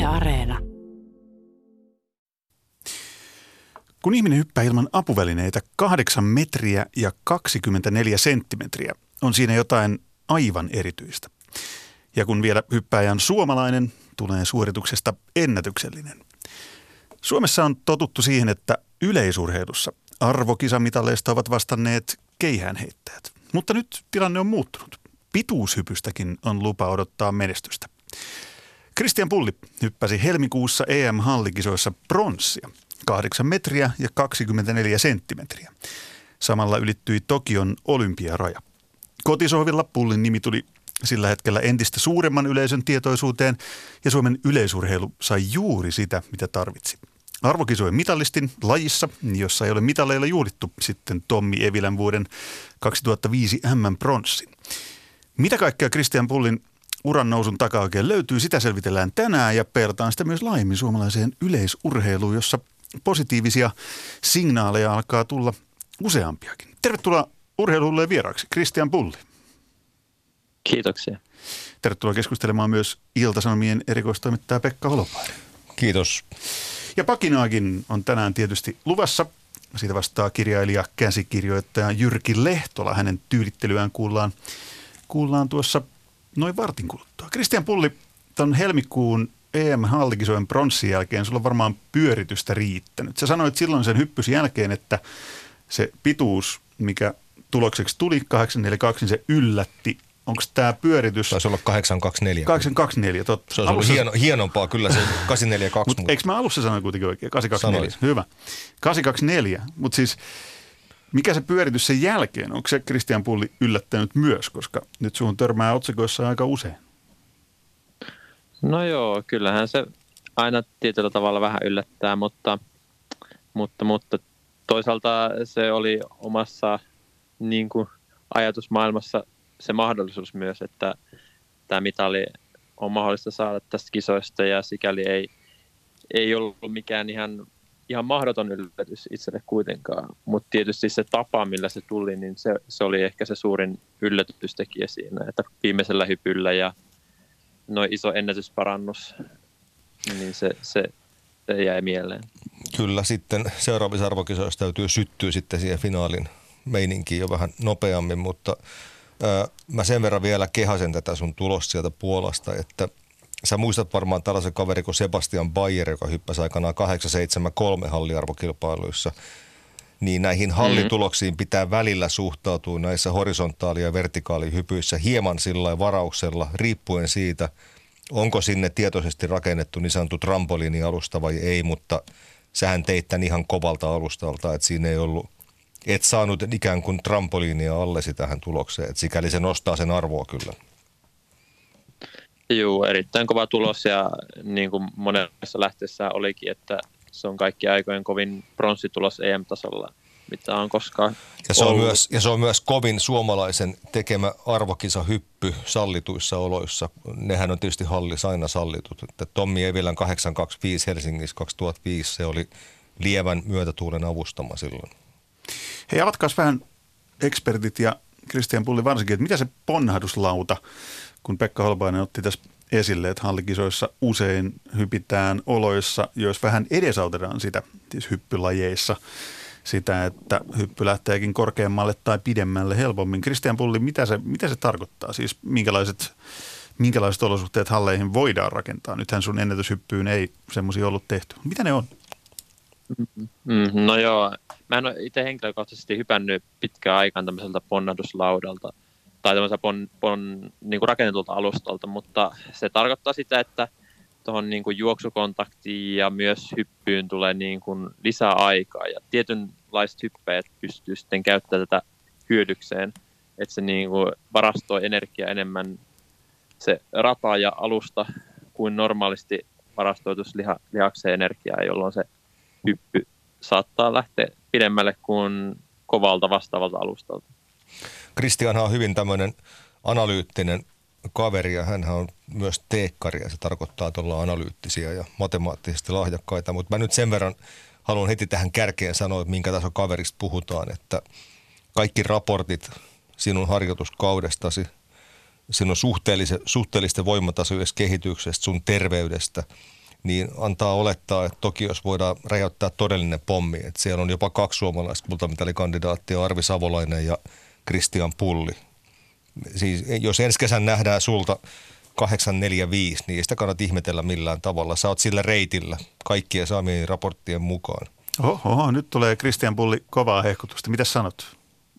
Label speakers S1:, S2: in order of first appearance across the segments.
S1: Areena.
S2: Kun ihminen hyppää ilman apuvälineitä 8 metriä ja 24 senttimetriä, on siinä jotain aivan erityistä. Ja kun vielä hyppääjä on suomalainen, tulee suorituksesta ennätyksellinen. Suomessa on totuttu siihen, että yleisurheilussa arvokisamitaleista ovat vastanneet keihäänheittäjät. Mutta nyt tilanne on muuttunut. Pituushypystäkin on lupa odottaa menestystä. Kristian Pulli hyppäsi helmikuussa EM-hallikisoissa pronssia, 8 metriä ja 24 senttimetriä. Samalla ylittyi Tokion olympiaraja. Kotisohvilla Pullin nimi tuli sillä hetkellä entistä suuremman yleisön tietoisuuteen ja Suomen yleisurheilu sai juuri sitä, mitä tarvitsi. Arvokisojen mitalistin lajissa, jossa ei ole mitaleilla juhlittu sitten Tommi Evilän vuoden 2005 M-pronssin. Mitä kaikkea Kristian Pullin uran nousun takaa oikein löytyy, sitä selvitellään tänään ja peilataan sitä myös laajemmin suomalaiseen yleisurheiluun, jossa positiivisia signaaleja alkaa tulla useampiakin. Tervetuloa urheilulle vieraaksi, Kristian Pulli.
S3: Kiitoksia.
S2: Tervetuloa keskustelemaan myös Ilta-Sanomien erikoistoimittaja Pekka Holopainen.
S4: Kiitos.
S2: Ja pakinaakin on tänään tietysti luvassa. Siitä vastaa kirjailija, käsikirjoittaja Jyrki Lehtola. Hänen tyylittelyään kuullaan tuossa noin vartin kuluttua. Kristian Pulli, ton helmikuun EM-hallikisojen pronssin jälkeen sulla on varmaan pyöritystä riittänyt. Sä sanoit silloin sen hyppysin jälkeen, että se pituus, mikä tulokseksi tuli 842, niin se yllätti. Onko tämä pyöritys?
S4: Taisi olla 824.
S2: 824, totta.
S4: Se olisi ollut hienompaa kyllä se 842.
S2: Mutta eikö mä alussa sanoin kuitenkin oikein? 824.
S4: Sanoit.
S2: Hyvä. 824, mutta siis mikä se pyöritys sen jälkeen? Onko se Kristian Pulli yllättänyt myös, koska nyt suhun törmää otsikoissa aika usein?
S3: No joo, kyllähän se aina tietyllä tavalla vähän yllättää, mutta toisaalta se oli omassa niin kuin ajatusmaailmassa se mahdollisuus myös, että tämä mitali on mahdollista saada tästä kisoista ja sikäli ei ollut mikään ihan mahdoton yllätys itselle kuitenkaan, mutta tietysti se tapa, millä se tuli, niin se oli ehkä se suurin yllätystekijä siinä, että viimeisellä hypyllä ja noin iso ennätysparannus, niin se jäi mieleen.
S4: Kyllä, sitten seuraavissa arvokisoissa täytyy syttyä sitten siihen finaalin meininkiin jo vähän nopeammin, mutta mä sen verran vielä kehasen tätä sun tulosta sieltä Puolasta, että sä muistat varmaan tällaisen kaverin kuin Sebastian Bayer, joka hyppäsi aikanaan 873 halliarvokilpailuissa. Niin näihin hallituloksiin pitää välillä suhtautua näissä horisontaali- ja vertikaalihypyissä hieman sillä varauksella, riippuen siitä, onko sinne tietoisesti rakennettu niin sanottu trampoliinialusta vai ei, mutta sähän teit tämän ihan kovalta alustalta, että siinä ei ollut, et saanut ikään kuin trampoliinia allesi tähän tulokseen, että sikäli se nostaa sen arvoa kyllä.
S3: Joo, erittäin kova tulos ja niin kuin monessa lähteessä olikin, että se on kaikki aikojen kovin pronssitulos EM-tasolla, mitä on koskaan
S4: se on myös kovin suomalaisen tekemä arvokisahyppy sallituissa oloissa. Nehän on tietysti hallissa aina sallitut. Että Tommi Evilän 825 Helsingissä 2005, se oli lievän myötätuulen avustama silloin.
S2: Hei, avatkaas vähän ekspertit ja Kristian Pulli varsinkin, että mitä se ponnahduslauta, kun Pekka Holopainen otti tässä esille, että hallikisoissa usein hypitään oloissa, jos vähän edesautetaan sitä, siis hyppylajeissa, sitä, että hyppy lähteekin korkeammalle tai pidemmälle helpommin. Kristian Pulli, mitä se tarkoittaa? Siis minkälaiset olosuhteet halleihin voidaan rakentaa? Nythän sun ennätyshyppyyn ei semmoisia ollut tehty. Mitä ne on?
S3: No joo, mä en ole itse henkilökohtaisesti hypännyt pitkään aikaan tämmöiseltä ponnahduslaudalta tai tämmöiseltä niin kuin rakennetulta alustalta, mutta se tarkoittaa sitä, että tuohon niin kuin juoksukontaktiin ja myös hyppyyn tulee niin kuin lisää aikaa ja tietynlaiset hyppäjät pystyy sitten käyttämään tätä hyödykseen, että se niin kuin varastoi energiaa enemmän se rata ja alusta kuin normaalisti varastoitus lihakseen energiaa, jolloin se hyppy saattaa lähteä pidemmälle kuin kovalta vastaavalta alustalta.
S4: Kristianhan on hyvin tämmöinen analyyttinen kaveri ja hänhän on myös teekkari ja se tarkoittaa, että ollaan analyyttisiä ja matemaattisesti lahjakkaita, mutta mä nyt sen verran haluan heti tähän kärkeen sanoa, että minkä tason kaverista puhutaan, että kaikki raportit sinun harjoituskaudestasi, sinun suhteellisten voimatasojen kehityksestä, sun terveydestä, niin antaa olettaa, että Tokiossa voidaan räjäyttää todellinen pommi. Että siellä on jopa 2 suomalaista kultamitalikandidaattia, Arvi Savolainen ja Christian Pulli. Siis jos ensi kesän nähdään sulta 845, niin ei sitä kannata ihmetellä millään tavalla. Sä oot sillä reitillä kaikkien saamien raporttien mukaan.
S2: Oho, nyt tulee Christian Pulli kovaa hehkutusta. Mitä sanot?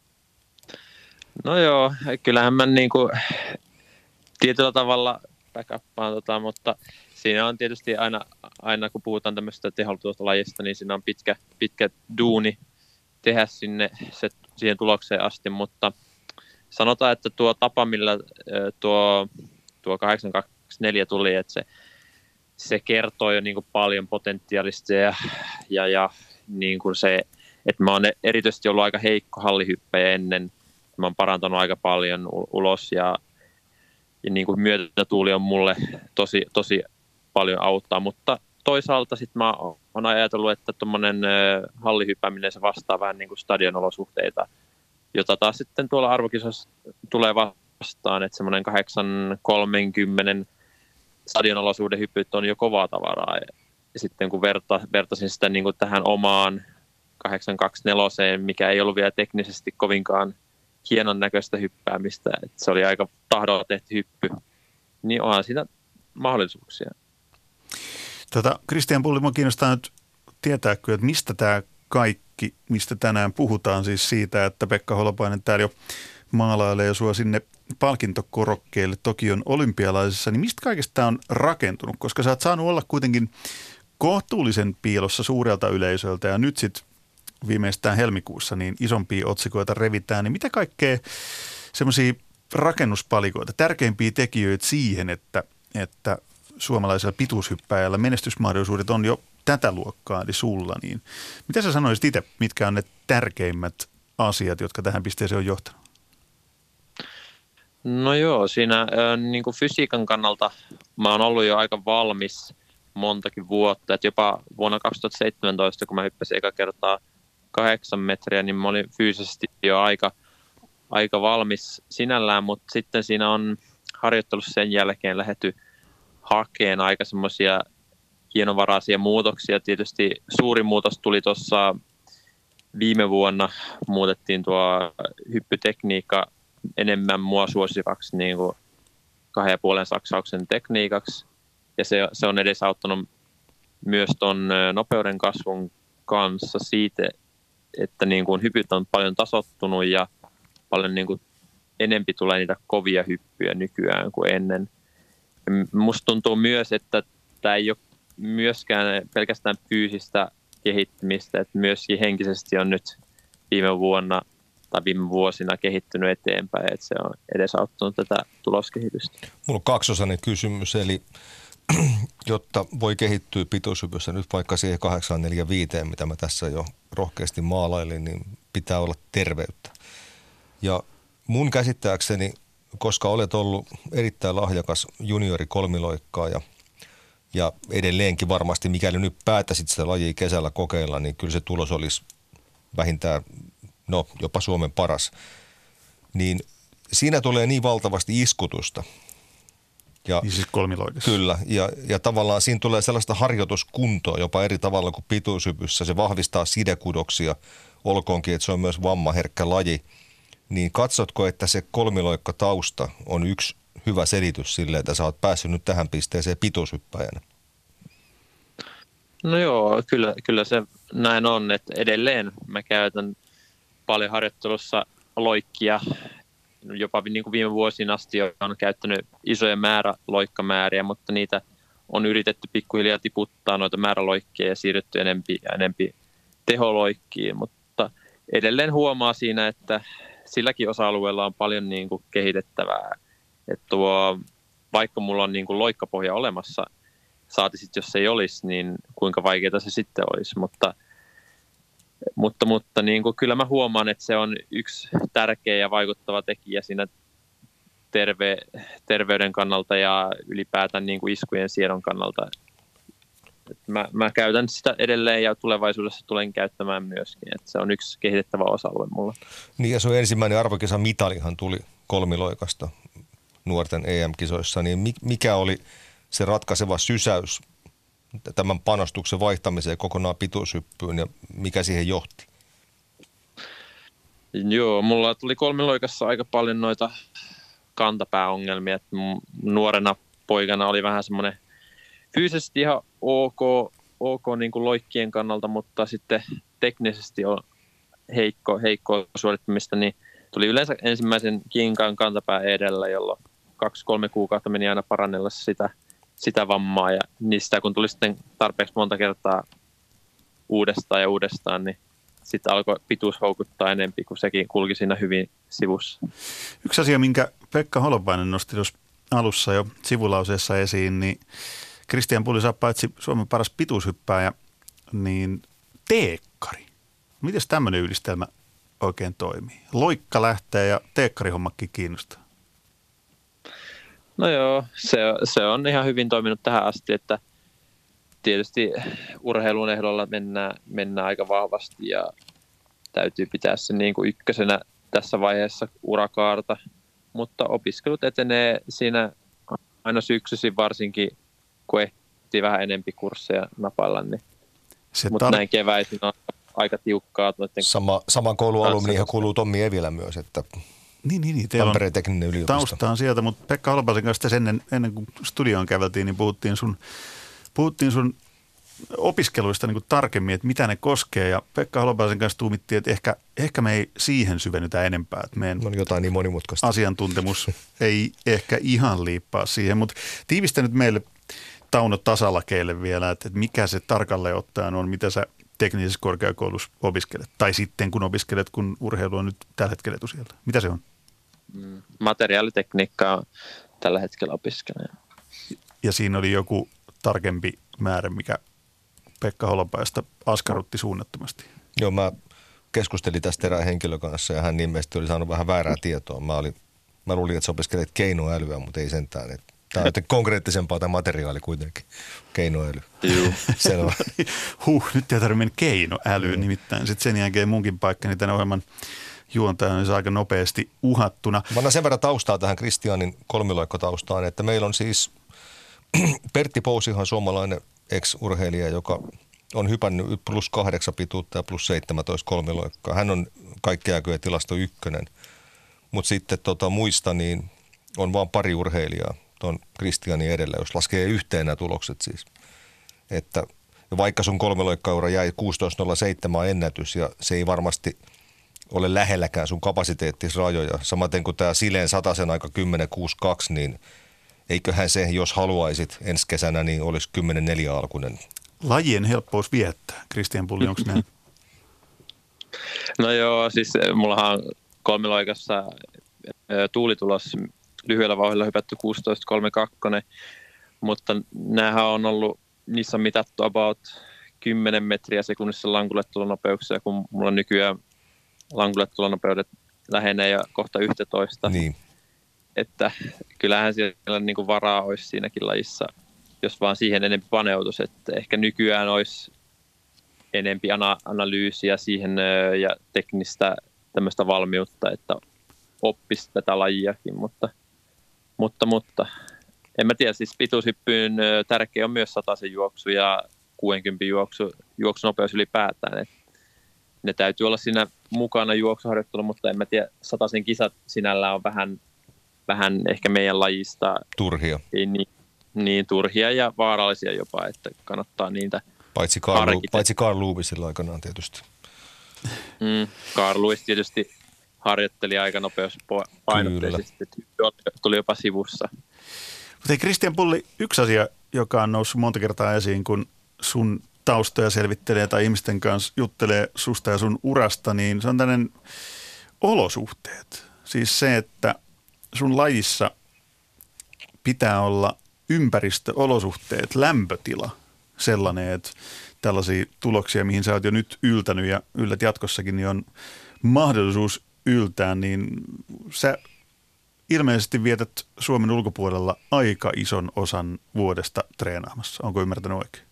S3: No joo, kyllähän mä niinku tietyllä tavalla backuppaan, mutta siinä on tietysti aina kun puhutaan tämmöistä tehollisesta lajista, niin siinä on pitkä duuni tehdä siihen tulokseen asti, mutta sanotaan, että tuo tapa, millä tuo 824 tuli, että se kertoo jo niin kuin paljon potentiaalista ja niin kuin se, että mä oon erityisesti ollut aika heikko hallihyppäjä ennen. Mä oon parantanut aika paljon ulos ja niin kuin myötätuuli on mulle tosi paljon auttaa, mutta toisaalta sitten mä oon ajatellut, että tuommoinen hallihyppääminen se vastaa vähän niin kuin stadionolosuhteita, jota taas sitten tuolla arvokisossa tulee vastaan, että semmoinen 830 stadionolosuuden hyppyt on jo kovaa tavaraa. Ja sitten kun vertasin sitä niin kuin tähän omaan 824, mikä ei ollut vielä teknisesti kovinkaan hienon näköistä hyppäämistä, että se oli aika tahdolla tehty hyppy, niin onhan siinä mahdollisuuksia.
S2: Christian Pulli, minua kiinnostaa nyt tietää kyllä, että mistä tämä kaikki, mistä tänään puhutaan, siis siitä, että Pekka Holopainen täällä jo maalailee jo sua sinne palkintokorokkeelle Tokion olympialaisissa, niin mistä kaikesta tämä on rakentunut? Koska sä oot saanut olla kuitenkin kohtuullisen piilossa suurelta yleisöltä ja nyt sitten viimeistään helmikuussa niin isompia otsikoita revitään, niin mitä kaikkea semmoisia rakennuspalikoita, tärkeimpiä tekijöitä siihen, että suomalaisella pituushyppäjällä menestysmahdollisuudet on jo tätä luokkaa, eli sulla, niin mitä sä sanoisit itse, mitkä on ne tärkeimmät asiat, jotka tähän pisteeseen on johtanut?
S3: No joo, siinä niin kuin fysiikan kannalta mä oon ollut jo aika valmis montakin vuotta, että jopa vuonna 2017, kun mä hyppäsin eka kertaa 8 metriä, niin mä olin fyysisesti jo aika valmis sinällään, mutta sitten siinä on harjoittelussa sen jälkeen lähdetty hakemaan aika semmoisia hienovaraisia muutoksia. Tietysti suuri muutos tuli tuossa viime vuonna, muutettiin tuo hyppytekniikka enemmän mua suosivaksi niin kuin 2,5 saksauksen tekniikaksi. Ja se on edesauttanut myös tuon nopeuden kasvun kanssa siitä, että niin kuin hypyt on paljon tasoittunut ja paljon niin kuin enempi tulee niitä kovia hyppyjä nykyään kuin ennen. Ja musta tuntuu myös, että tämä ei ole myöskään pelkästään fyysistä kehittymistä, että myöskin henkisesti on nyt viime vuonna tai viime vuosina kehittynyt eteenpäin, että se on edesauttanut tätä tuloskehitystä.
S4: Mulla on kaksosainen kysymys, eli jotta voi kehittyä pituushypyssä nyt vaikka siihen 845, mitä mä tässä jo rohkeasti maalailin, niin pitää olla terveyttä. Ja mun käsittääkseni, koska olet ollut erittäin lahjakas juniori kolmiloikkaaja ja edelleenkin varmasti, mikäli nyt päätäisit sitä lajia kesällä kokeilla, niin kyllä se tulos olisi vähintään, jopa Suomen paras. Niin siinä tulee niin valtavasti iskutusta. Ja,
S2: niin siis kolmiloikassa.
S4: Kyllä, ja tavallaan siinä tulee sellaista harjoituskuntoa jopa eri tavalla kuin pituushypyssä. Se vahvistaa sidekudoksia, olkoonkin, että se on myös vammaherkkä laji. Niin katsotko, että se kolmiloikkatausta on yksi hyvä selitys sille, että sä oot päässyt nyt tähän pisteeseen pituushyppäjänä?
S3: No joo, kyllä se näin on, että edelleen mä käytän paljon harjoittelussa loikkia. Jopa niin kuin viime vuosina asti on käyttänyt isoja loikkamääriä, mutta niitä on yritetty pikkuhiljaa tiputtaa noita määraloikkia ja siirrytty enempi teholoikkiin, mutta edelleen huomaa siinä, että silläkin osa-alueella on paljon niin kuin kehitettävää. Että vaikka mulla on niin kuin loikkapohja olemassa, saati sitten jos ei olisi, niin kuinka vaikeaa se sitten olisi, mutta niin kuin kyllä mä huomaan, että se on yksi tärkeä ja vaikuttava tekijä siinä terveyden kannalta ja ylipäätään niin kuin iskujen siedon kannalta. Mä käytän sitä edelleen ja tulevaisuudessa tulen käyttämään myöskin, että se on yksi kehitettävä osa-alue mulla.
S4: Niin ja sun ensimmäinen arvokisan mitalihan tuli kolmiloikasta nuorten EM-kisoissa, niin mikä oli se ratkaiseva sysäys tämän panostuksen vaihtamiseen kokonaan pituushyppyyn ja mikä siihen johti?
S3: Joo, mulla tuli kolmiloikassa aika paljon noita kantapääongelmia. Nuorena poikana oli vähän semmoinen fyysisesti ihan ok niin kuin loikkien kannalta, mutta sitten teknisesti on heikkoa suorittamista, niin tuli yleensä ensimmäisen kinkan kantapää edellä, jolloin 2-3 kuukautta meni aina parannella sitä vammaa, ja niistä kun tuli sitten tarpeeksi monta kertaa uudestaan, niin sitten alkoi pituus houkuttaa enemmän, kun sekin kulki siinä hyvin sivussa.
S2: Yksi asia, minkä Pekka Holopainen nosti tuossa alussa jo sivulauseessa esiin, niin Kristian Pulli, saa paitsi Suomen paras pituushyppääjä, niin teekkari. Miten tämmöinen yhdistelmä oikein toimii? Loikka lähtee ja teekkarihommakin kiinnostaa.
S3: No joo, se on ihan hyvin toiminut tähän asti, että tietysti urheilun ehdolla mennään aika vahvasti ja täytyy pitää se niin kuin ykkösenä tässä vaiheessa urakaarta, mutta opiskelut etenee siinä aina syksyisin varsinkin, kun ehtii vähän enempi kursseja napailla, niin. Mutta näin keväisin on aika tiukkaa.
S4: Saman koulun alumniihan kuuluu Tommi Evilä myös, että
S2: niin,
S4: Tampereen tekninen yliopisto.
S2: Tausta on sieltä, mutta Pekka Holopaisen kanssa ennen kuin studioon käveltiin, niin puhuttiin sun opiskeluista niin kuin tarkemmin, että mitä ne koskee, ja Pekka Holopaisen kanssa tuumittiin, että ehkä me ei siihen syvennytä enempää, että meidän
S4: on jotain niin monimutkaista.
S2: Asiantuntemus ei ehkä ihan liippaa siihen, mutta tiivistä nyt meille Tauno Tasalakeille vielä, että mikä se tarkalleen ottaen on, mitä sä teknisessä korkeakoulussa opiskelet, tai sitten kun opiskelet, kun urheilu on nyt tällä hetkellä etusieltä. Mitä se on?
S3: Materiaalitekniikkaa tällä hetkellä opiskelen. Ja
S2: siinä oli joku tarkempi määrä, mikä Pekka Holopaista askarrutti suunnattomasti.
S4: Joo, mä keskustelin tästä erään henkilön kanssa ja hän ilmeisesti oli saanut vähän väärää tietoa. Mä luulin, että sä opiskelet keinoälyä, mutta ei sentään. Tämä on joten konkreettisempaa tämä materiaali kuitenkin, keinoäly.
S3: Joo.
S4: Selvä.
S2: Nyt ei tarvitse mennä keinoälyyn nimittäin. Sitten sen jälkeen munkin paikkani tämän ohjelman juontaja on aika nopeasti uhattuna.
S4: Mä annan sen verran taustaa tähän Kristianin kolmiloikkotaustaan, että meillä on siis Pertti Pousihan suomalainen ex-urheilija, joka on hypännyt +8 pituutta ja +17 kolmiloikkaa. Hän on kaikkien aikojen tilasto ykkönen, mutta sitten muista niin on vaan pari urheilijaa tuon Kristianin edellä, jos laskee yhteen nämä tulokset siis. Että vaikka sun kolmiloikkaura jäi 16.07 ennätys ja se ei varmasti ole lähelläkään sun kapasiteettisrajoja, samaten kuin tämä Sileen Satasen aika 10.62, niin eiköhän se, jos haluaisit ensi kesänä, niin olisi 10.4 alkuinen.
S2: Lajien helppous viettää. Kristian Pulli, onko näin?
S3: No joo, siis mullahan on kolmiloikassa tuulitulos lyhyellä vauhdilla hypätty 16.32, mutta näähän on ollut, niissä on mitattu about 10 metriä sekunnissa lankulettulonopeuksia, kun mulla nykyään lankuletulonopeudet lähenee ja kohta 11.
S4: Niin.
S3: Että kyllähän siellä niin kuin varaa olisi siinäkin lajissa, jos vaan siihen enemmän paneutus, että ehkä nykyään olisi enempi analyysiä siihen ja teknistä tämmöistä valmiutta, että oppisi tätä lajiakin, mutta en mä tiedä, siis pituushyppyyn tärkeä on myös 100 juoksu ja 60 juoksunopeus ylipäätään, että ne täytyy olla siinä mukana juoksuharjoittelu, mutta en mä tiedä, 100 kisat sinällään on vähän ehkä meidän lajista
S4: turhia.
S3: Ei niin turhia ja vaarallisia jopa, että kannattaa niitä
S4: Paitsi Carl Lewis sillä aikanaan tietysti.
S3: Carl Lewis tietysti harjoitteli aika nopeuspainotteisesti, että tuli jopa sivussa.
S2: Mutta hei Kristian Pulli, yksi asia, joka on noussut monta kertaa esiin, kun sun taustoja selvittelee tai ihmisten kanssa juttelee susta ja sun urasta, niin se on tämmöinen olosuhteet. Siis se, että sun lajissa pitää olla ympäristöolosuhteet, lämpötila sellainen, että tällaisia tuloksia, mihin sä oot jo nyt yltänyt ja yllät jatkossakin, niin on mahdollisuus yltää, niin sä ilmeisesti vietät Suomen ulkopuolella aika ison osan vuodesta treenaamassa. Onko ymmärtänyt oikein?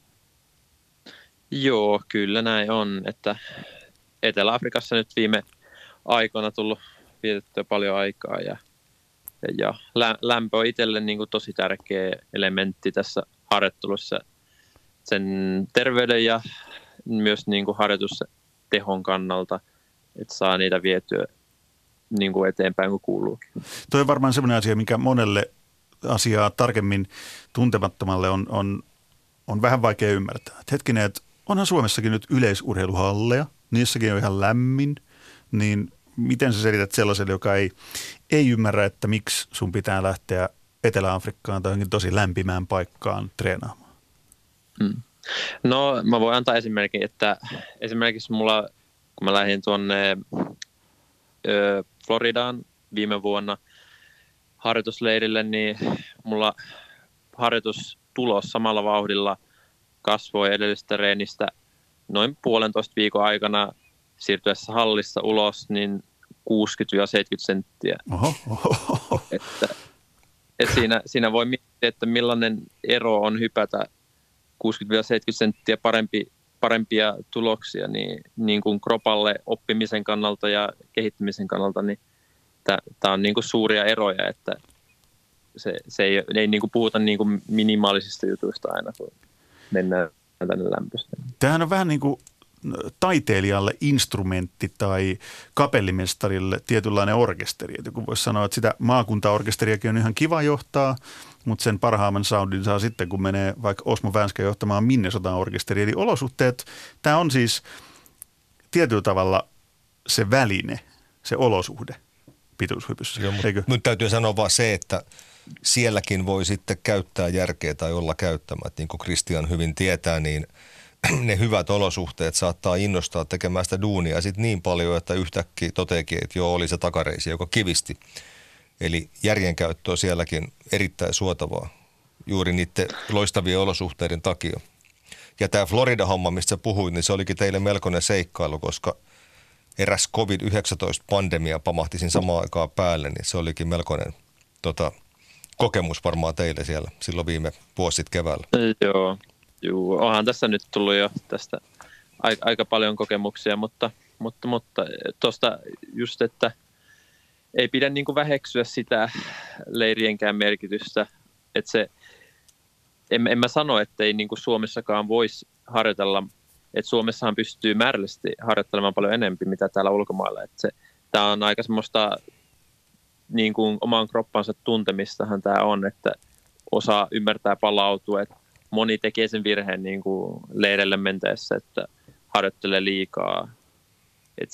S3: Joo, kyllä näin on, että Etelä-Afrikassa nyt viime aikoina tullut vietettyä paljon aikaa ja lämpö on itselle niin kuin tosi tärkeä elementti tässä harjoittelussa. sen terveyden ja myös niin kuin harjoitustehon kannalta, että saa niitä vietyä niin kuin eteenpäin kuin kuuluukin.
S2: Tuo on varmaan sellainen asia, mikä monelle asiaa tarkemmin tuntemattomalle on vähän vaikea ymmärtää. Et hetkinen, että onhan Suomessakin nyt yleisurheiluhalleja, niissäkin on ihan lämmin, niin miten sä selität sellaiselle, joka ei ymmärrä, että miksi sun pitää lähteä Etelä-Afrikkaan tai johonkin tosi lämpimään paikkaan treenaamaan?
S3: No mä voin antaa esimerkin, että esimerkiksi mulla, kun mä lähdin tuonne Floridaan viime vuonna harjoitusleirille, niin mulla harjoitustulos samalla vauhdilla kasvoi edellisestä treenistä noin 1,5 viikon aikana siirtyessä hallissa ulos, niin 60-70 senttiä.
S2: Oho.
S3: Että siinä voi miettiä, että millainen ero on hypätä 60-70 senttiä parempia tuloksia niin kuin kropalle oppimisen kannalta ja kehittymisen kannalta, niin tämä on niin kuin suuria eroja, että se ei niin kuin puhuta niin kuin minimaalisista jutuista aina, kun mennään tänne lämpöstä.
S2: Tämähän on vähän niin kuin taiteilijalle instrumentti tai kapellimestarille tietynlainen orkesteri. Et joku voisi sanoa, että sitä maakuntaorkesteriakin on ihan kiva johtaa, mutta sen parhaamman soundin saa sitten, kun menee vaikka Osmo Vänskä johtamaan Minnesotan orkesteri. Eli olosuhteet, tämä on siis tietyllä tavalla se väline, se olosuhde pituushypyssä.
S4: Mutta täytyy sanoa vaan se, että sielläkin voi sitten käyttää järkeä tai olla käyttämättä. Niin kuin Kristian hyvin tietää, niin ne hyvät olosuhteet saattaa innostaa tekemään sitä duunia sitten niin paljon, että yhtäkkiä toteekin, että joo, oli se takareisi, joka kivisti. Eli järjenkäyttö on sielläkin erittäin suotavaa juuri niiden loistavien olosuhteiden takia. Ja tämä Florida-homma, mistä sä puhuit, niin se olikin teille melkoinen seikkailu, koska eräs COVID-19-pandemia pamahti siinä samaan aikaan päälle, niin se olikin melkoinen kokemus varmaan teille siellä silloin viime vuosit keväällä.
S3: Joo, onhan tässä nyt tullut jo tästä aika paljon kokemuksia, mutta tuosta just, että ei pidä niin kuin väheksyä sitä leirienkään merkitystä, että en mä sano, että ei niin kuin Suomessakaan voisi harjoitella, että Suomessahan pystyy määrällisesti harjoittelemaan paljon enemmän mitä täällä ulkomailla, että tämä on aika semmoista niin kuin oman kroppansa tuntemistahan tämä on, että osa ymmärtää palautua, että moni tekee sen virheen niin kuin leirille mentäessä, että harjoittelee liikaa. Että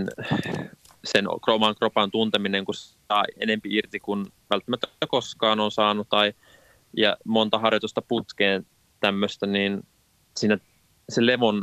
S3: sen oman kropan tunteminen, kun saa enempi irti kuin välttämättä koskaan on saanut, ja monta harjoitusta putkeen tämmöistä, niin siinä se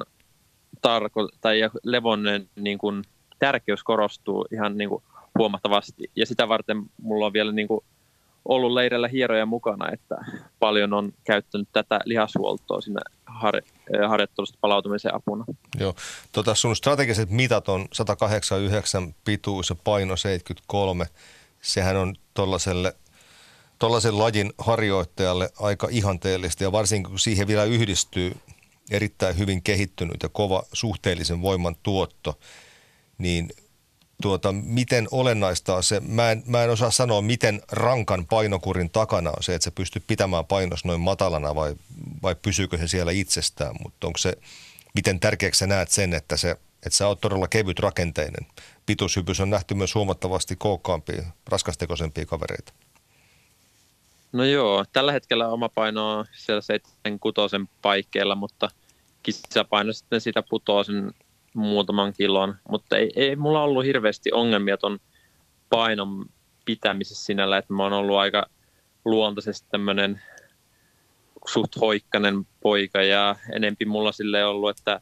S3: levon niin kuin tärkeys korostuu ihan niin kuin huomattavasti. Ja sitä varten mulla on vielä niin kuin ollut leirillä hieroja mukana, että paljon on käyttänyt tätä lihashuoltoa siinä harjoittelusta palautumisen apuna.
S4: Joo, sun strategiset mitat on 189 pituus ja paino 73. Sehän on tollaisen lajin harjoittajalle aika ihanteellista ja varsinkin kun siihen vielä yhdistyy erittäin hyvin kehittynyt ja kova suhteellisen voiman tuotto, niin miten olennaista on se, mä en osaa sanoa, miten rankan painokurin takana on se, että se pystyy pitämään painos noin matalana vai pysyykö se siellä itsestään, mutta onko se, miten tärkeäksi sä näet sen, että sä oot todella kevyt rakenteinen. Pituushypys on nähty myös huomattavasti kookkaampia, raskastekoisempia kavereita.
S3: No joo, tällä hetkellä oma paino on siellä 76 paikkeilla, mutta kisapaino sitten sitä putoo sen muutaman kilon, mutta ei mulla ollut hirveästi ongelmia ton painon pitämisessä sinällä, että mä oon ollut aika luontaisesti tämmönen suht hoikkanen poika ja enempi mulla silleen ollut, että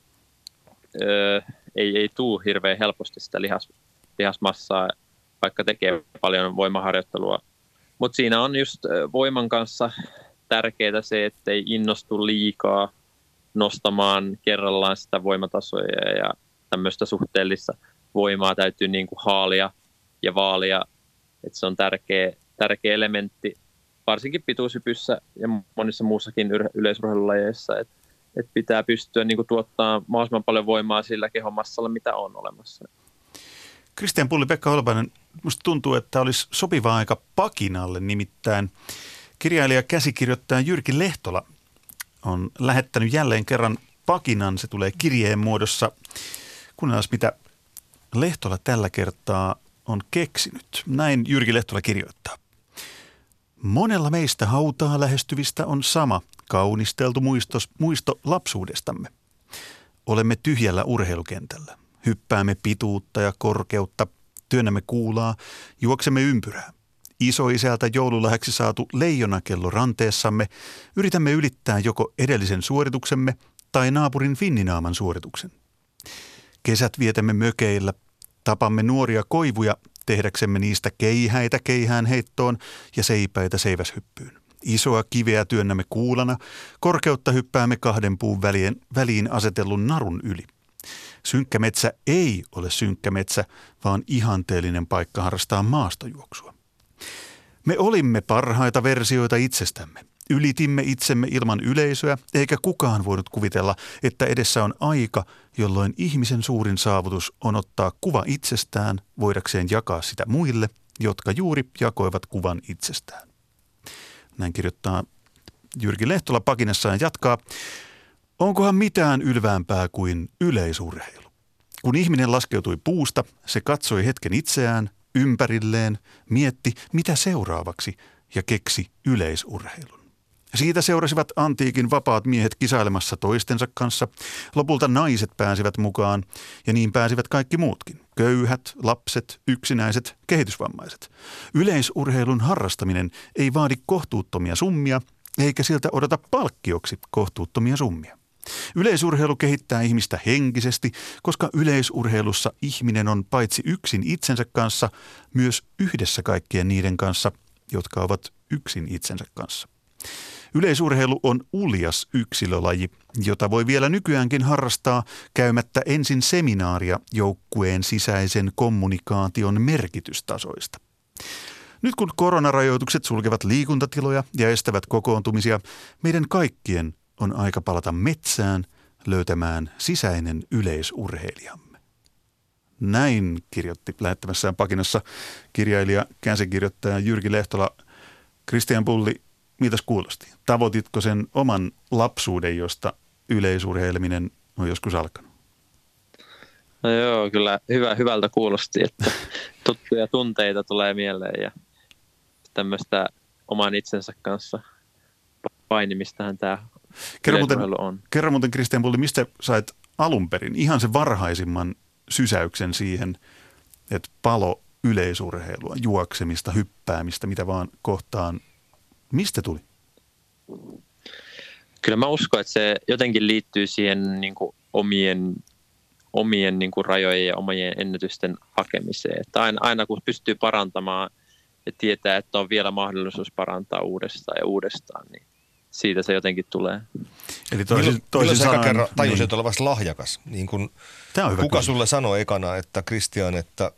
S3: ei tuu hirveän helposti sitä lihasmassaa, vaikka tekee paljon voimaharjoittelua. Mutta siinä on just voiman kanssa tärkeää se, ettei innostu liikaa nostamaan kerrallaan sitä voimatasoa ja tämmöistä suhteellista voimaa täytyy niin kuin haalia ja vaalia, että se on tärkeä elementti, varsinkin pituushypyssä ja monissa muussakin yleisurheilulajeissa, että pitää pystyä niin kuin tuottaa mahdollisimman paljon voimaa sillä kehonmassalla, mitä on olemassa.
S2: Kristian Pulli, Pekka Holopainen, musta tuntuu, että olisi sopiva aika pakinalle, nimittäin kirjailija käsikirjoittaja Jyrki Lehtola on lähettänyt jälleen kerran pakinan. Se tulee kirjeen muodossa. Kuunnellaan, mitä Lehtola tällä kertaa on keksinyt. Näin Jyrki Lehtola kirjoittaa. Monella meistä hautaa lähestyvistä on sama kaunisteltu muisto lapsuudestamme. Olemme tyhjällä urheilukentällä. Hyppäämme pituutta ja korkeutta, työnnämme kuulaa, juoksemme ympyrää. Isoisältä joululahjaksi saatu leijonakello ranteessamme yritämme ylittää joko edellisen suorituksemme tai naapurin finninaaman suorituksen. Kesät vietämme mökeillä, tapamme nuoria koivuja tehdäksemme niistä keihäitä keihään heittoon ja seipäitä seiväshyppyyn. Isoa kiveä työnnämme kuulana, korkeutta hyppäämme 2 puun väliin asetellun narun yli. Synkkä metsä ei ole synkkä metsä, vaan ihanteellinen paikka harrastaa maastojuoksua. Me olimme parhaita versioita itsestämme. Ylitimme itsemme ilman yleisöä, eikä kukaan voinut kuvitella, että edessä on aika, jolloin ihmisen suurin saavutus on ottaa kuva itsestään, voidakseen jakaa sitä muille, jotka juuri jakoivat kuvan itsestään. Näin kirjoittaa Jyrki Lehtola pakinassaan jatkaa. Onkohan mitään ylväämpää kuin yleisurheilu? Kun ihminen laskeutui puusta, se katsoi hetken itseään, ympärilleen, mietti mitä seuraavaksi ja keksi yleisurheilun. Siitä seurasivat antiikin vapaat miehet kisailemassa toistensa kanssa. Lopulta naiset pääsivät mukaan ja niin pääsivät kaikki muutkin. Köyhät, lapset, yksinäiset, kehitysvammaiset. Yleisurheilun harrastaminen ei vaadi kohtuuttomia summia eikä siltä odota palkkioksi kohtuuttomia summia. Yleisurheilu kehittää ihmistä henkisesti, koska yleisurheilussa ihminen on paitsi yksin itsensä kanssa, myös yhdessä kaikkien niiden kanssa, jotka ovat yksin itsensä kanssa. Yleisurheilu on uljas yksilölaji, jota voi vielä nykyäänkin harrastaa käymättä ensin seminaaria joukkueen sisäisen kommunikaation merkitystasoista. Nyt kun koronarajoitukset sulkevat liikuntatiloja ja estävät kokoontumisia, meidän kaikkien on aika palata metsään löytämään sisäinen yleisurheilijamme. Näin kirjoitti lähettämässään pakinassa kirjailija, käsikirjoittaja Jyrki Lehtola. Kristian Pulli, mitäs kuulosti? Tavoititko sen oman lapsuuden, josta yleisurheileminen on joskus alkanut?
S3: No joo, kyllä hyvältä kuulosti, että tuttuja tunteita tulee mieleen ja tämmöistä oman itsensä kanssa painimistahan tämä yleisurheilu on.
S2: Kerro muuten Kristian Pulli, mistä sait alun perin ihan sen varhaisimman sysäyksen siihen, että palo yleisurheilua, juoksemista, hyppäämistä, mitä vaan kohtaan. Mistä tuli?
S3: Kyllä mä uskon, että se jotenkin liittyy siihen niin kuin omien niin kuin rajojen ja omien ennätysten hakemiseen. Että aina kun pystyy parantamaan ja tietää, että on vielä mahdollisuus parantaa uudestaan ja uudestaan, niin siitä se jotenkin tulee.
S2: Eli toisin
S4: sanoen kerran tajusin, että olevasti lahjakas. Niin kun, kuka sulle sanoi ekana, että Kristian, että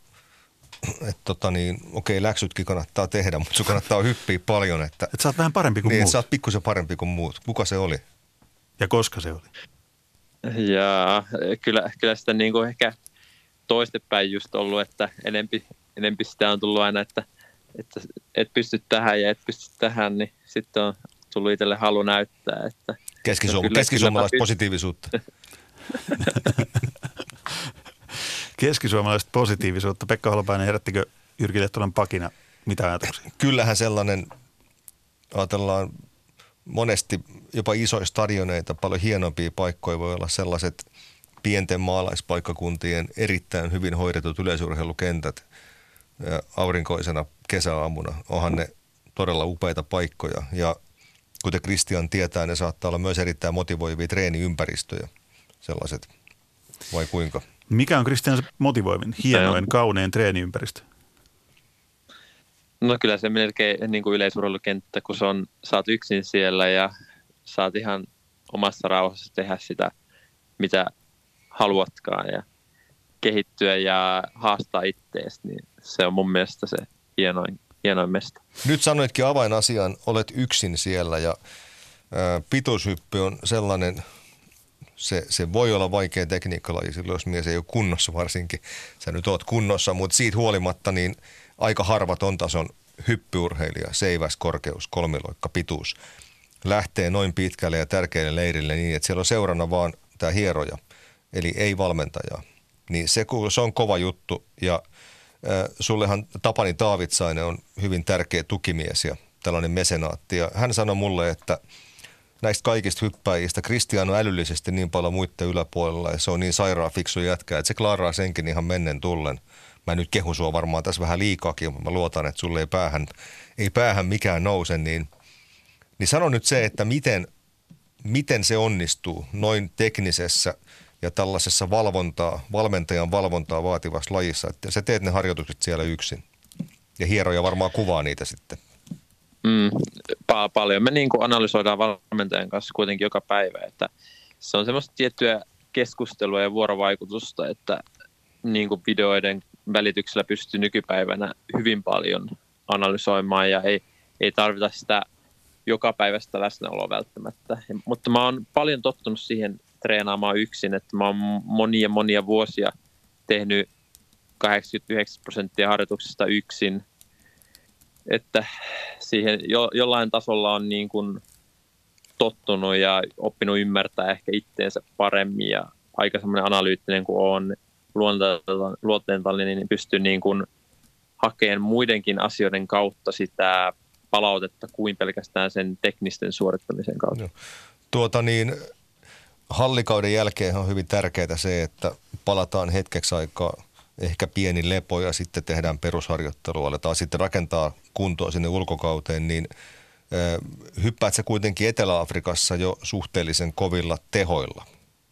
S4: okei, läksytkin kannattaa tehdä, mutta sun kannattaa hyppiä paljon. Että
S2: sä oot vähän parempi kuin muut.
S4: Että sä oot pikkusen parempi kuin muut. Kuka se oli?
S2: Ja koska se oli?
S3: Ja kyllä sitä niin kuin ehkä toistepäin just ollut, että enempi sitä on tullut aina, että et pysty tähän ja et pysty tähän, niin sitten on tullut itselle halu näyttää. Että
S4: keskisuomalaista positiivisuutta.
S2: Keskisuomalaista positiivisuutta. Pekka Holopainen, herättikö Jyrki Lehtolan pakina mitä ajatuksia?
S4: Kyllähän sellainen, ajatellaan monesti jopa isoja stadioneita, paljon hienompia paikkoja voi olla sellaiset pienten maalaispaikkakuntien erittäin hyvin hoidetut yleisurheilukentät aurinkoisena kesäaamuna. Onhan ne todella upeita paikkoja ja kuten Kristian tietää, ne saattaa olla myös erittäin motivoivia treeniympäristöjä sellaiset, vai kuinka?
S2: Mikä on Kristian motivoivin, hienoin, kaunein treeniympäristö?
S3: No kyllä se melkein niin kuin yleisurheilukenttä, kun sä oot yksin siellä ja saat ihan omassa rauhassa tehdä sitä, mitä haluatkaan ja kehittyä ja haastaa ittees, niin se on mun mielestä se hienoin mesta.
S4: Nyt sanoitkin avainasian, olet yksin siellä ja pituushyppy on sellainen, se voi olla vaikea tekniikkalaji silloin, jos mies ei ole kunnossa varsinkin. Sä nyt oot kunnossa, mutta siitä huolimatta niin aika harvaton tason hyppyurheilija, seiväs, korkeus, kolmiloikka, pituus. lähtee noin pitkälle ja tärkeälle leirille niin, että siellä on seurana vaan tämä hieroja, eli ei valmentajaa. Niin se on kova juttu ja sullehan Tapani Taavitsainen on hyvin tärkeä tukimies ja tällainen mesenaatti. Ja hän sanoi mulle, että näistä kaikista hyppäjistä Kristian on älyllisesti niin paljon muiden yläpuolella ja se on niin sairaan fiksu jätkä, että se klaaraa senkin ihan mennen tullen. Mä nyt kehun sua varmaan tässä vähän liikaakin, mutta mä luotan, että sulle ei päähän mikään nouse. Niin sano nyt se, että miten se onnistuu noin teknisessä ja tällaisessa valmentajan valvontaa vaativassa lajissa, että sä teet ne harjoitukset siellä yksin. Ja hieroja varmaan kuvaa niitä sitten.
S3: Paljon me niin kuin analysoidaan valmentajan kanssa kuitenkin joka päivä, että se on semmoista tiettyä keskustelua ja vuorovaikutusta, että niin kuin videoiden välityksellä pystyy nykypäivänä hyvin paljon analysoimaan ja ei tarvita sitä joka päivästä läsnäoloa välttämättä. Mutta mä oon paljon tottunut siihen treenaamaan yksin, että mä oon monia vuosia tehnyt 89% harjoituksista yksin, että siihen jollain tasolla on niin kuin tottunut ja oppinut ymmärtää ehkä itteensä paremmin ja aika semmoinen analyyttinen kuin on luonteeltaan, niin pystyy niin kuin hakemaan muidenkin asioiden kautta sitä palautetta kuin pelkästään sen teknisten suorittamisen kautta.
S4: Hallikauden jälkeen on hyvin tärkeää se, että palataan hetkeksi aikaa ehkä pieni lepo ja sitten tehdään perusharjoittelua, aletaan sitten rakentaa kuntoa sinne ulkokauteen, niin hyppäät sä kuitenkin Etelä-Afrikassa jo suhteellisen kovilla tehoilla?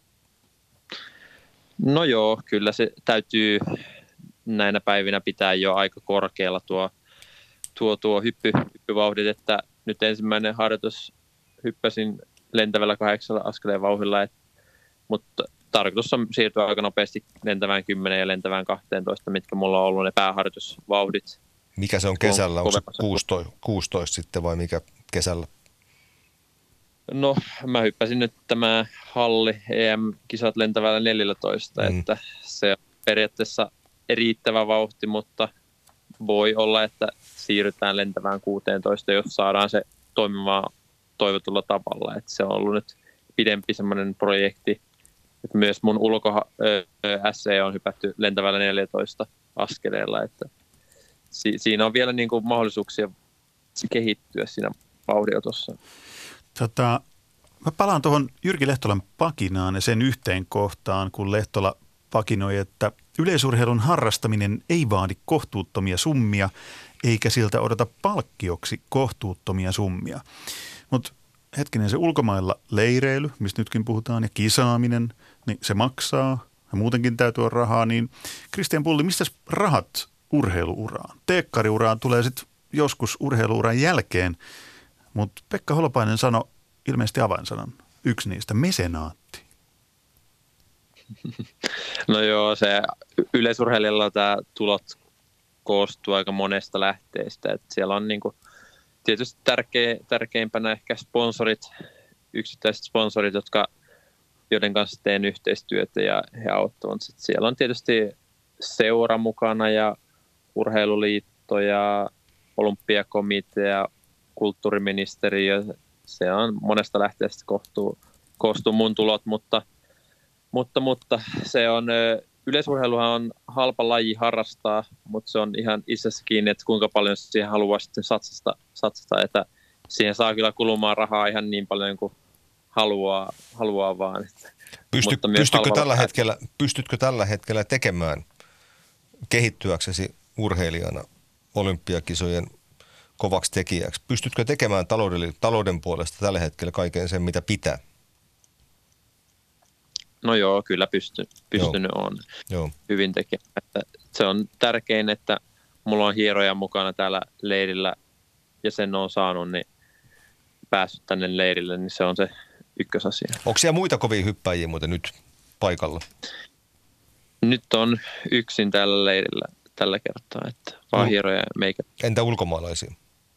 S3: No joo, kyllä se täytyy näinä päivinä pitää jo aika korkealla tuo hyppyvauhdit, että nyt ensimmäinen harjoitus hyppäsin lentävällä 8 askeleen vauhdilla, mutta tarkoitus on siirtyä aika nopeasti lentävään 10 ja lentävään 12, mitkä mulla on ollut ne pääharjoitusvauhdit.
S4: Mikä se on kesällä? Onko se 16 sitten vai mikä kesällä?
S3: No mä hyppäsin nyt tämä halli EM-kisat lentävällä 14, että se on periaatteessa riittävä vauhti, mutta voi olla, että siirrytään lentävään 16, jos saadaan se toimimaan toivotulla tavalla. Että se on ollut nyt pidempi semmoinen projekti. Että myös mun SE on hypätty lentävällä 14 askeleella. Että siinä on vielä niin kuin mahdollisuuksia kehittyä siinä vauhdinotossa.
S2: Mä palaan tuohon Jyrki Lehtolan pakinaan ja sen yhteen kohtaan, kun Lehtola pakinoi, että yleisurheilun harrastaminen ei vaadi kohtuuttomia summia, eikä siltä odota palkkioksi kohtuuttomia summia. Mutta hetkinen, se ulkomailla leireily, mistä nytkin puhutaan, ja kisaaminen, niin se maksaa ja muutenkin täytyy olla rahaa. Niin Kristian Pulli, mistä rahat urheiluuraan? Teekkariuraan tulee sitten joskus urheiluuran jälkeen, mutta Pekka Holopainen sanoi ilmeisesti avainsanan, yksi niistä, mesenaatti.
S3: No joo, se yleisurheilijalla tämä tulot koostuu aika monesta lähteestä. Että siellä on niinku tietysti tärkeimpänä ehkä yksittäiset sponsorit, joiden kanssa teen yhteistyötä ja he auttavat. Sitten siellä on tietysti seura mukana ja urheiluliitto ja olympiakomitea, kulttuuriministeriö. Se on monesta lähteestä koostuu mun tulot, mutta se on, yleisurheiluhan on halpa laji harrastaa, mutta se on ihan itsessä kiinni, että kuinka paljon siihen haluaa sitten satsata, että siihen saa kyllä kulumaan rahaa ihan niin paljon kuin haluaa vaan.
S4: Pystytkö tällä hetkellä tekemään kehittyäksesi urheilijana olympiakisojen kovaksi tekijäksi? Pystytkö tekemään talouden puolesta tällä hetkellä kaiken sen, mitä pitää?
S3: No joo, kyllä pystynyt on hyvin tekemään. Se on tärkein, että mulla on hieroja mukana täällä leirillä ja sen on saanut, niin päässyt tänne leirille, niin se on se ykkösasia.
S4: Onko siellä muita kovia hyppäjiä muuten nyt paikalla?
S3: Nyt on yksin täällä leirillä tällä kertaa, että vaan hieroja ja meikä.
S4: Entä ulkomaalaisia?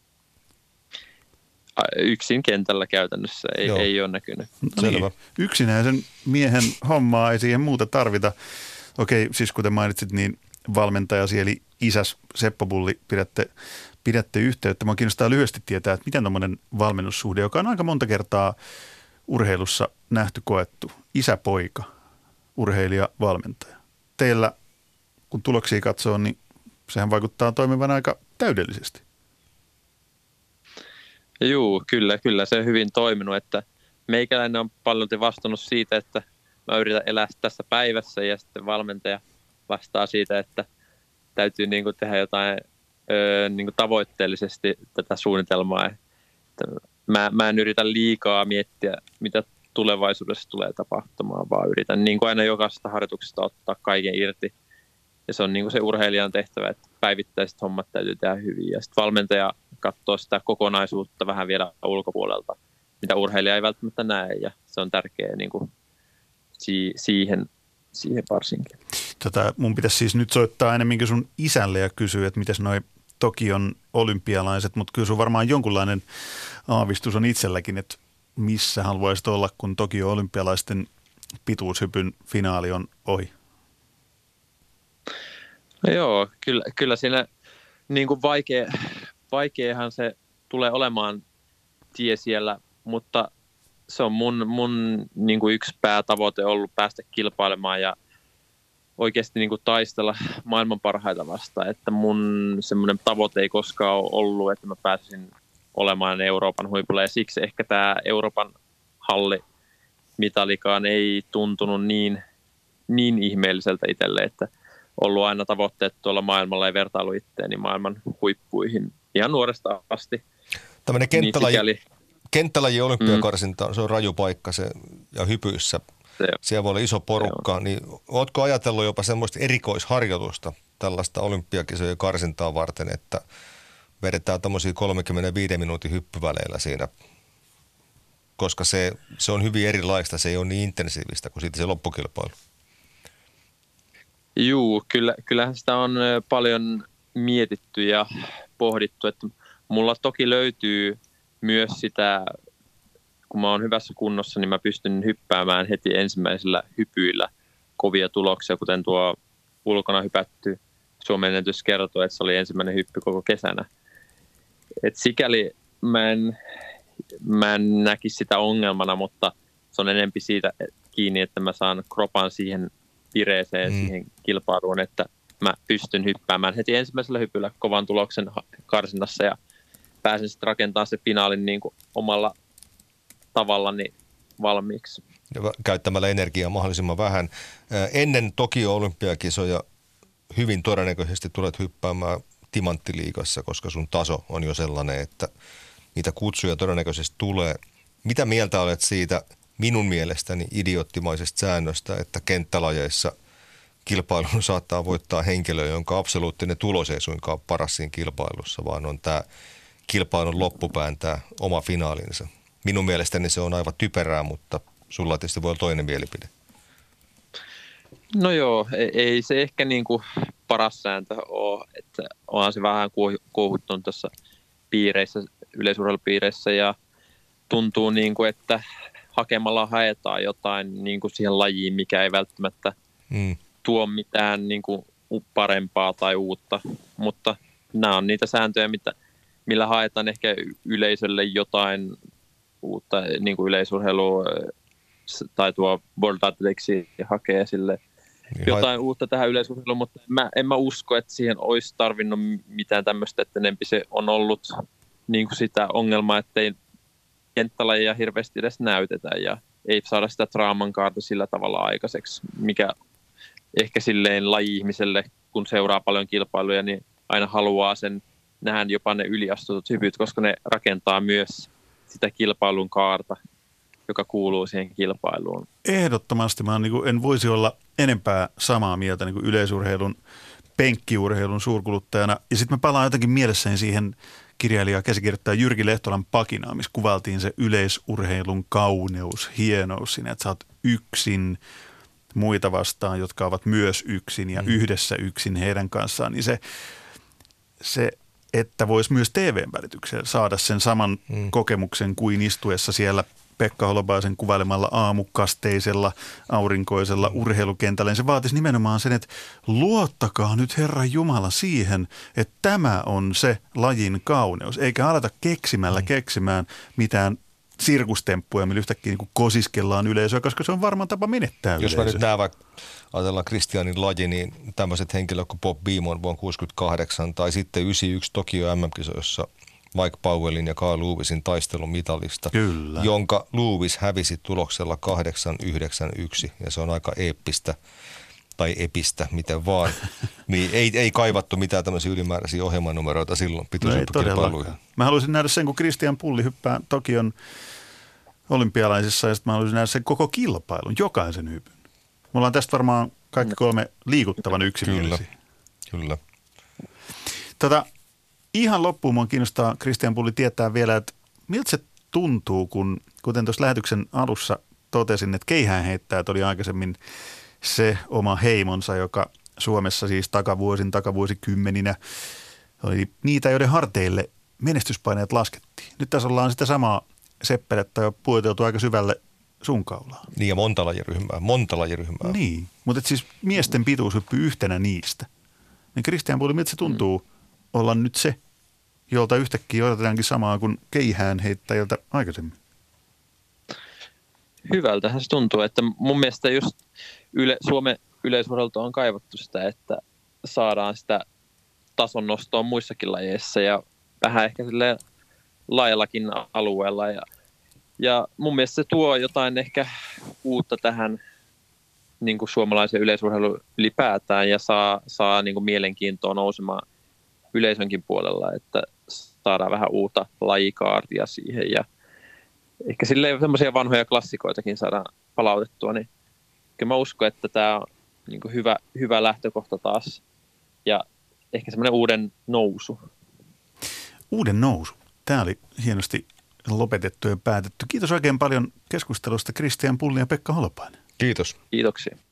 S3: Yksin kentällä käytännössä ei ole näkynyt.
S4: Selvä.
S2: Niin, yksinäisen miehen hommaa ei siihen muuta tarvita. Okei, siis kuten mainitsit, niin valmentajasi eli isäs Seppo Pulli pidätte pidätte yhteyttä. Minua kiinnostaa lyhyesti tietää, että miten tuommoinen valmennussuhde, joka on aika monta kertaa urheilussa nähty, koettu, isä-poika, urheilija-valmentaja. Teillä, kun tuloksia katsoo, niin sehän vaikuttaa toimivan aika täydellisesti.
S3: Juu, kyllä se on hyvin toiminut, että meikäläinen on paljon vastannut siitä, että mä yritän elää tässä päivässä ja sitten valmentaja vastaa siitä, että täytyy niin kuin tehdä jotain niin kuin tavoitteellisesti tätä suunnitelmaa. Että mä en yritä liikaa miettiä, mitä tulevaisuudessa tulee tapahtumaan, vaan yritän niin kuin aina jokaisesta harjoituksesta ottaa kaiken irti. Ja se on niin kuin se urheilijan tehtävä, että päivittäiset hommat täytyy tehdä hyvin. Ja sitten valmentaja katsoo sitä kokonaisuutta vähän vielä ulkopuolelta, mitä urheilija ei välttämättä näe. Ja se on tärkeää niin kuin siihen varsinkin.
S2: Mun pitäisi siis nyt soittaa enemmänkin sun isälle ja kysyä, että miten noi Tokion olympialaiset, mutta kyllä sun varmaan jonkunlainen aavistus on itselläkin, että missä haluaisit olla, kun Tokion olympialaisten pituushypyn finaali on ohi.
S3: No joo, kyllä siinä niin kuin vaikeahan se tulee olemaan tie siellä, mutta se on mun niin kuin yksi päätavoite ollut päästä kilpailemaan ja oikeasti niin kuin taistella maailman parhaita vastaan. Että mun semmoinen tavoite ei koskaan ole ollut, että mä pääsisin olemaan Euroopan huipulla ja siksi ehkä tämä Euroopan hallimitalikaan ei tuntunut niin ihmeelliseltä itselle, että ollut aina tavoitteet tuolla maailmalla ja vertailu itteeni maailman huippuihin ihan nuoresta asti.
S4: Tämmöinen kenttälaji olympiakarsinta, se on raju paikka se, ja hypyissä. Siellä voi olla iso porukka. Niin, ootko ajatellut jopa semmoista erikoisharjoitusta tällaista olympiakisojen karsintaa varten, että vedetään tämmöisiä 35 minuutin hyppyväleillä siinä, koska se on hyvin erilaista, se ei ole niin intensiivistä kuin sitten se loppukilpailu.
S3: Juu, kyllähän sitä on paljon mietitty ja pohdittu, että mulla toki löytyy myös sitä, kun mä oon hyvässä kunnossa, niin mä pystyn hyppäämään heti ensimmäisellä hypyillä kovia tuloksia, kuten tuo ulkona hypätty Suomen ennätys kertoo, että se oli ensimmäinen hyppy koko kesänä. Et sikäli mä en näkisi sitä ongelmana, mutta se on enempi siitä kiinni, että mä saan kropan siihen vireeseen siihen kilpailuun, että mä pystyn hyppäämään heti ensimmäisellä hypyllä kovan tuloksen karsinnassa ja pääsen sitten rakentamaan se finaalin niin kuin omalla tavallani valmiiksi.
S4: Ja käyttämällä energiaa mahdollisimman vähän. Ennen Tokio-olympiakisoja hyvin todennäköisesti tulet hyppäämään timanttiliigassa, koska sun taso on jo sellainen, että niitä kutsuja todennäköisesti tulee. Mitä mieltä olet siitä minun mielestäni idioottimaisesta säännöstä, että kenttälajeissa kilpailun saattaa voittaa henkilö, jonka absoluuttinen tulos ei suinkaan paras siinä kilpailussa, vaan on tämä kilpailun loppupään tämä oma finaalinsa. Minun mielestäni se on aivan typerää, mutta sulla tietysti voi olla toinen mielipide.
S3: No joo, ei se ehkä niin kuin paras sääntö ole, että onhan se vähän kuohuttunut tuossa yleisurheilupiireissä ja tuntuu niin kuin, että hakemalla haetaan jotain niin kuin siihen lajiin, mikä ei välttämättä tuo mitään niin kuin parempaa tai uutta, mutta nämä on niitä sääntöjä, millä haetaan ehkä yleisölle jotain uutta, niin kuin yleisurheilu tai tuo World Athletics hakee sille jotain uutta tähän yleisurheiluun, mutta en mä usko, että siihen olisi tarvinnut mitään tämmöistä, että enempi se on ollut niin kuin sitä ongelmaa, että ei kenttälajia hirveästi edes näytetä ja ei saada sitä draaman kaarta sillä tavalla aikaiseksi, mikä ehkä silleen laji-ihmiselle, kun seuraa paljon kilpailuja, niin aina haluaa sen nähdä jopa ne yliastutut hypyt, koska ne rakentaa myös sitä kilpailun kaarta, joka kuuluu siihen kilpailuun.
S2: Ehdottomasti mä en voisi olla enempää samaa mieltä niin kuin yleisurheilun, penkkiurheilun suurkuluttajana. Ja sitten mä palaan jotenkin mielessäni siihen kirjailija käsikirjoittaja Jyrki Lehtolan pakinaa, missä kuvailtiin se yleisurheilun kauneus, hienous siinä, että sä oot yksin muita vastaan, jotka ovat myös yksin ja yhdessä yksin heidän kanssaan, niin se että voisi myös TV:n välityksellä saada sen saman kokemuksen kuin istuessa siellä Pekka Holopaisen kuvailemalla aamukasteisella, aurinkoisella urheilukentällä. Se vaatisi nimenomaan sen, että luottakaa nyt Herran Jumala siihen, että tämä on se lajin kauneus. Eikä aleta keksimään mitään sirkustemppuja, millä yhtäkkiä niin kuin kosiskellaan yleisöä, koska se on varmaan tapa menettää yleisöä.
S4: Jos mä nyt näen vaikka, ajatellaan Kristianin laji, niin tämmöiset henkilöt kuin Bob Beamon vuonna 68 tai sitten 91 Tokio MM-kisoissa Mike Powellin ja Carl Lewisin taistelun mitalista,
S2: Kyllä.
S4: jonka Lewis hävisi tuloksella 8-9-1 ja se on aika eeppistä tai epistä, miten vaan. Niin ei kaivattu mitään tämmöisiä ylimääräisiä ohjelmanumeroita silloin pituushyppykilpailuihin.
S2: Mä haluaisin nähdä sen, kun Christian Pulli hyppää Tokion olympialaisissa ja sitten mä haluaisin nähdä sen koko kilpailun, jokaisen hypyn. Mulla on tästä varmaan kaikki 3 liikuttavan yksimielisiä.
S4: Kyllä.
S2: Ihan loppuun mua kiinnostaa Christian Pulli tietää vielä, että miltä se tuntuu, kun kuten tuossa lähetyksen alussa totesin, että keihäänheittäjät oli aikaisemmin se oma heimonsa, joka Suomessa siis takavuosikymmeninä oli niitä, joiden harteille menestyspaineet laskettiin. Nyt tässä ollaan sitä samaa seppelettä jo pueteltu aika syvälle sun kaulaan.
S4: Niin ja monta lajiryhmää.
S2: Niin, mutta siis miesten pituushyppy yhtenä niistä. Niin Christian Pulli, miltä se tuntuu olla nyt se, jolta yhtäkkiä odotetaankin samaa kuin keihäänheittäjältä aikaisemmin?
S3: Hyvältähän se tuntuu, että mun mielestä just Suomen yleisurheilta on kaivattu sitä, että saadaan sitä tason nostoa muissakin lajeissa ja vähän ehkä silleen laajallakin alueella. Ja mun mielestä se tuo jotain ehkä uutta tähän niin kuin suomalaisen yleisurheiluun ylipäätään ja saa niin kuin mielenkiintoa nousemaan yleisönkin puolella, että saadaan vähän uutta lajikaartia siihen ja ehkä silleen semmoisia vanhoja klassikoitakin saadaan palautettua, niin kyllä mä uskon, että tämä on niin kuin hyvä lähtökohta taas ja ehkä semmoinen uuden nousu.
S2: Uuden nousu. Tämä oli hienosti lopetettu ja päätetty. Kiitos oikein paljon keskustelusta Christian Pulli ja Pekka Holopainen.
S4: Kiitos.
S3: Kiitoksia.